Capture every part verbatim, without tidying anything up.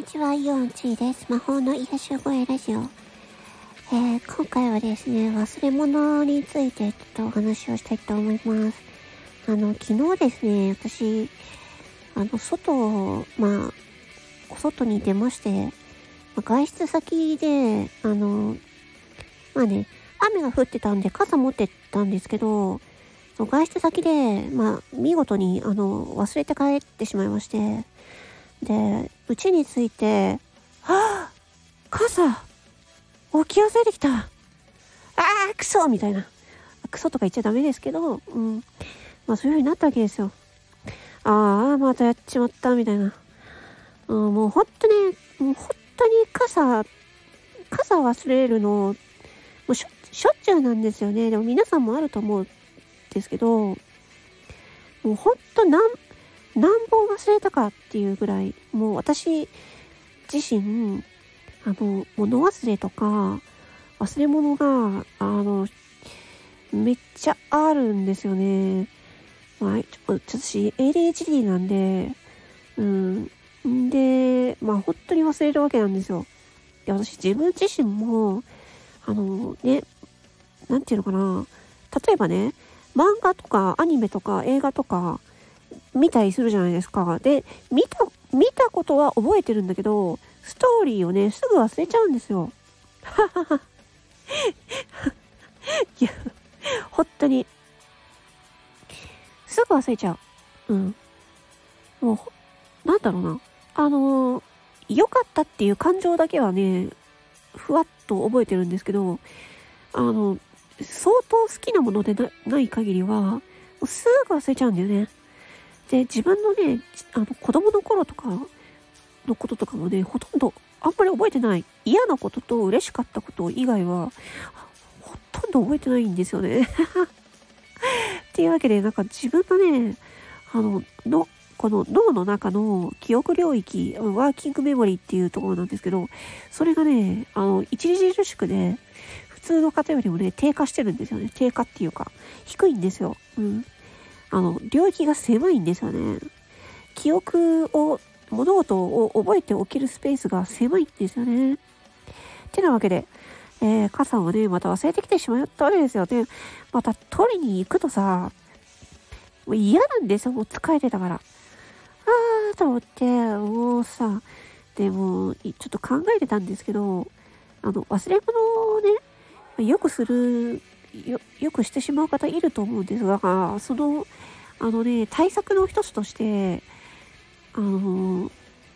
ちは、イオンチーです。魔法の癒し声ラジオ。えー、今回はですね、忘れ物についてちょっとお話をしたいと思います。あの、昨日ですね、私、あの、外、まあ、お外に出まして、まあ、外出先で、あの、まあね、雨が降ってたんで傘持ってたんですけど、そう外出先で、まあ、見事に、あの、忘れて帰ってしまいまして、で、家に着いて、はぁ傘置き忘れてきたあークソみたいな。クソとか言っちゃダメですけど、うん。まあそういう風になったわけですよ。ああ、またやっちまった、みたいな。うん、もうほんとに、もう本当に傘、傘忘れるの、もうしょ、しょっちゅうなんですよね。でも皆さんもあると思うんですけど、もうほんと何、何本忘れたかっていうぐらい、もう私自身、あの、物忘れとか、忘れ物が、あの、めっちゃあるんですよね。まあ、ちょっと私、エーディーエイチディー なんで、うん。んで、まあ、本当に忘れるわけなんですよ。で、私自分自身も、あの、ね、なんていうのかな。例えばね、漫画とかアニメとか映画とか見たりするじゃないですか。で、見た、見たことは覚えてるんだけど、ストーリーをね、すぐ忘れちゃうんですよ。ははは。いや、本当に、すぐ忘れちゃう。うん。もう、なんだろうな。あのー、良かったっていう感情だけはね、ふわっと覚えてるんですけど、あの、相当好きなもので な, ない限りは、もうすぐ忘れちゃうんだよね。で、自分のね、あの、子供の頃とかのこととかもね、ほとんどあんまり覚えてない。嫌なことと嬉しかったこと以外は、ほとんど覚えてないんですよね。っていうわけで、なんか自分のね、あの、の、この脳の中の記憶領域、ワーキングメモリーっていうところなんですけど、それがね、あの、著しくね、普通の方よりもね、低下してるんですよね。低下っていうか、低いんですよ。うん。あの、領域が狭いんですよね。記憶を、物事を覚えておけるスペースが狭いんですよね。ってなわけで、えー、傘をね、また忘れてきてしまったわけですよ。で、また取りに行くとさ、もう嫌なんですよ。もう疲れてたから。あーと思って、もうさ、でも、ちょっと考えてたんですけど、あの、忘れ物をね、よくする、よ、よくしてしまう方いると思うんですが、その、あのね、対策の一つとして、あのー、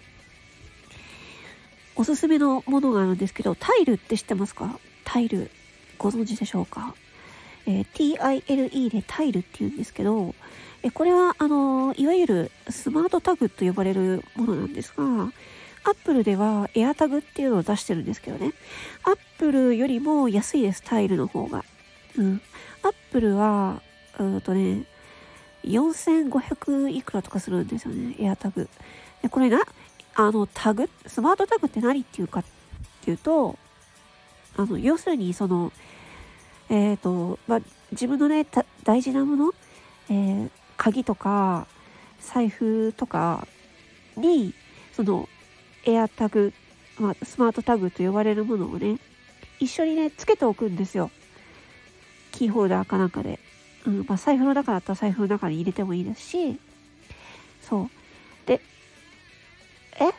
おすすめのものがあるんですけど、タイルって知ってますか？タイル、ご存知でしょうか？えー、ティーアイエルイー でタイルって言うんですけど、えこれは、あのー、いわゆるスマートタグと呼ばれるものなんですが、アップルではエアタグっていうのを出してるんですけどね、アップルよりも安いです、タイルの方が。うん。アップルは、うーんとね、よんせんごひゃくいくらとかするんですよね、エアタグ。で、これな、あの、タグ、スマートタグって何っていうかっていうと、あの、要するに、その、えっと、まあ、自分のね、大事なもの、えー、鍵とか、財布とかに、その、エアタグ、まあ、スマートタグと呼ばれるものをね、一緒にね、つけておくんですよ。キーホルダーかなんかで。うん、まあ、財布の中だったら財布の中に入れてもいいですし、そう。で、え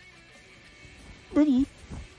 何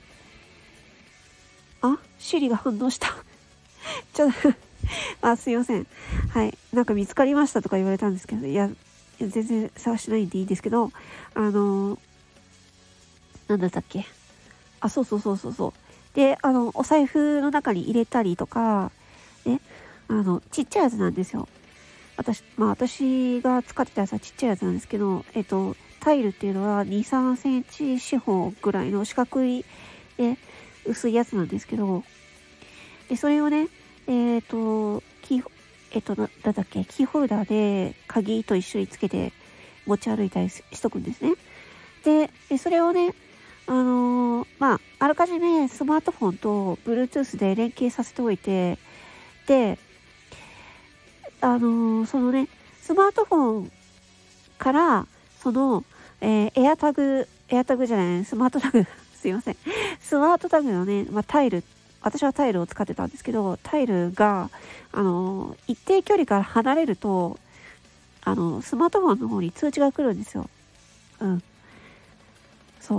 あ、シリが反応した。ちょっとあ、すいません。はい。なんか見つかりましたとか言われたんですけど、いや、いや全然探してないんでいいんですけど、あのー、なんだったっけ。あ、そうそうそうそうそう。で、あの、お財布の中に入れたりとか、ね、あの、ちっちゃいやつなんですよ。私、まあ私が使ってたやつはちっちゃいやつなんですけど、えっと、タイルっていうのはに、さんセンチ四方ぐらいの四角い、ね、薄いやつなんですけど、で、それをね、えっと、キー、えっと、な、なんだっけ、キーホルダーで鍵と一緒につけて持ち歩いたりしとくんですね。で、でそれをね、あのー、まあ、あらかじめスマートフォンと Bluetooth で連携させておいて、で、あのー、そのね、スマートフォンから、その、えー、エアタグエアタグじゃない、スマートタグすいません。スマートタグのね、まあ、タイル、私はタイルを使ってたんですけど、タイルが、あの、一定距離から離れると、あの、スマートフォンの方に通知が来るんですよ。うん。そう。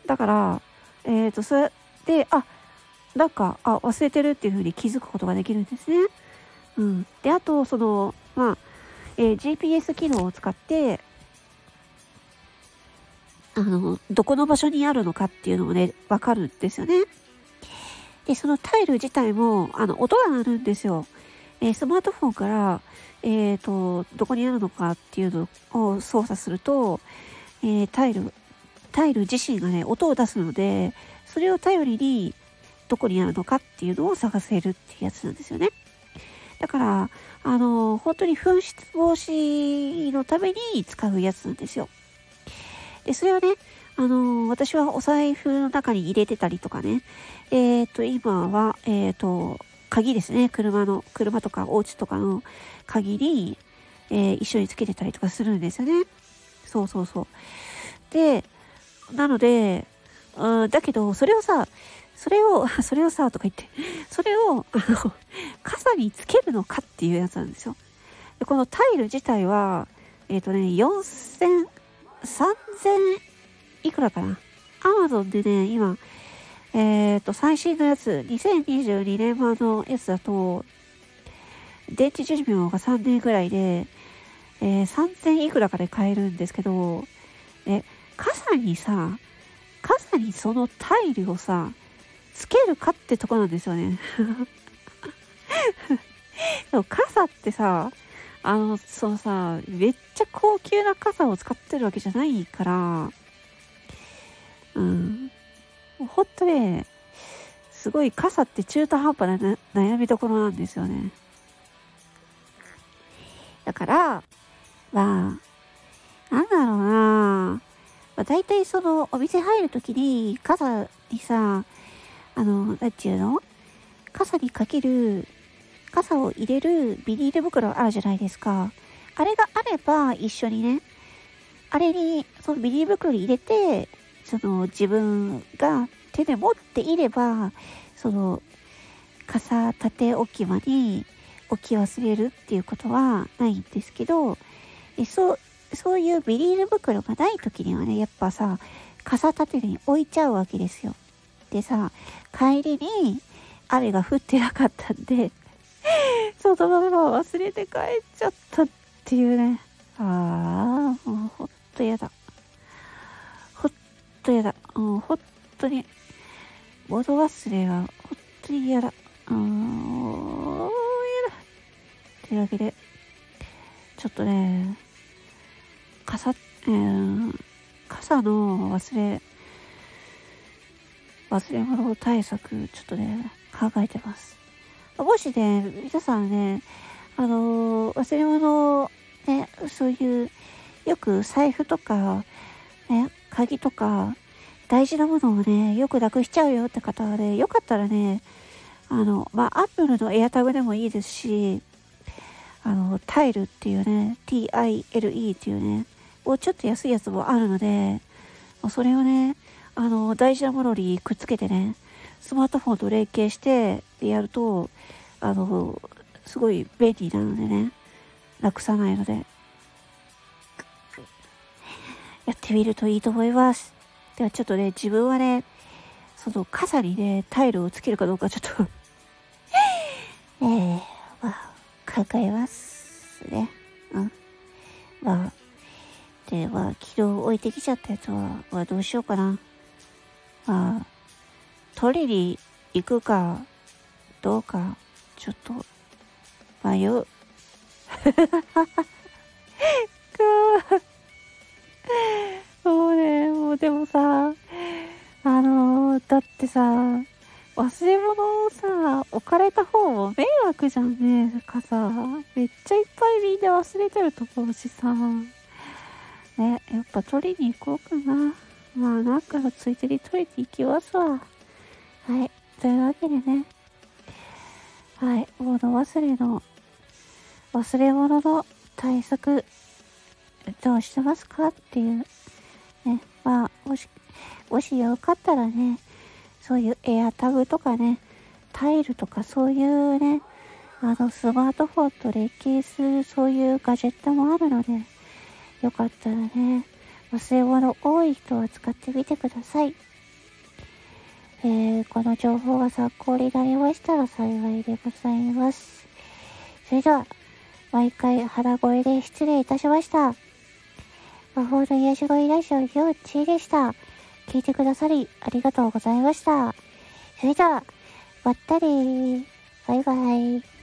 だから、えっと、それで、あ、なんか、あ、忘れてるっていう風に気づくことができるんですね。うん。で、あと、その、まあ、えー、ジーピーエス 機能を使って、あの、どこの場所にあるのかっていうのもね、わかるんですよね。で、そのタイル自体も、あの、音が鳴るんですよ。えー、スマートフォンから、えっと、どこにあるのかっていうのを操作すると、えー、タイル、タイル自身がね、音を出すので、それを頼りに、どこにあるのかっていうのを探せるっていうやつなんですよね。だから、あの、本当に紛失防止のために使うやつなんですよ。で、それはね、あの、私はお財布の中に入れてたりとかね、えっと、今は、えっと、鍵ですね。車の、車とかお家とかの鍵に、えー、一緒につけてたりとかするんですよね。そうそうそう。で、なので、うん、だけど、それをさ、それを、それをさ、とか言って、それを、あの、傘につけるのかっていうやつなんですよ。で、このタイル自体は、えっとね、よんせん、さんぜんいくらかな。アマゾンでね、今、えっと、最新のやつ、にせんにじゅうにねん版のやつだと、電池寿命がさんねんくらいで、えー、さんぜんいくらかで買えるんですけど、え、傘にさ、傘にそのタイルをさ、つけるかってとこなんですよね。でも傘ってさ、あの、そのさ、めっちゃ高級な傘を使ってるわけじゃないから、うん。もうほんとね、すごい傘って中途半端な悩みどころなんですよね。だから、まあ、なんだろうな、まあ、大体そのお店入るときに傘にさ、あの、なんていうの傘にかける、傘を入れるビニール袋あるじゃないですか。あれがあれば一緒にね、あれに、そのビニール袋に入れて、その自分が手で持っていれば、その傘立て置き場に置き忘れるっていうことはないんですけど、えそう、そういうビニール袋がない時にはね、やっぱさ、傘立てに置いちゃうわけですよ。でさ、帰りに雨が降ってなかったんで、そのまま忘れて帰っちゃったっていうね。ああ、もうほんとやだ。ほんとやだ。もうほんとに、物忘れはほんとに嫌だ。うーん、嫌だ。というわけで、ちょっとね、傘、えー、傘の忘れ、忘れ物対策、ちょっとね、考えてます。もしね、皆さんね、あのー、忘れ物、ね、そういう、よく財布とか、ね、鍵とか、大事なものをね、よくなくしちゃうよって方はね、よかったらね、あの、まあ、アップルのエアタグでもいいですし、あの、タイルっていうね、ティーアイエルイー っていうね、もうちょっと安いやつもあるので、それをね、あの、大事なものにくっつけてね、スマートフォンと連携してやると、あの、すごい便利なのでね、なくさないので、やってみるといいと思います。ではちょっとね、自分はね、その傘にね、タイルをつけるかどうかちょっとえー、まあ、考えますね。うん。まあ、で、まあ、昨日置いてきちゃったやつは、まあ、どうしようかな。まあ、取りに行くか、どうか、ちょっと、迷う。もうね、もうでもさ、あのー、だってさ、忘れ物をさ、置かれた方も迷惑じゃんね、かさ。めっちゃいっぱいみんな忘れてると思うしさ。ね、やっぱ取りに行こうかな。まあなんかのついでに取りに行きますわ。はい。というわけでね。はい。物忘れの、忘れ物の対策、どうしてますかっていう、ね。 まあ、もし、もしよかったらね、そういうエアタグとかね、タイルとかそういうね、あの、スマートフォンと連携するそういうガジェットもあるので、よかったらね、忘れ物多い人は使ってみてください。えー、この情報が参考になりましたら幸いでございます。それでは、毎回腹声で失礼いたしました。魔法の癒し声ラジオよっちーでした。聞いてくださりありがとうございました。それでは、まったりー。バイバイ。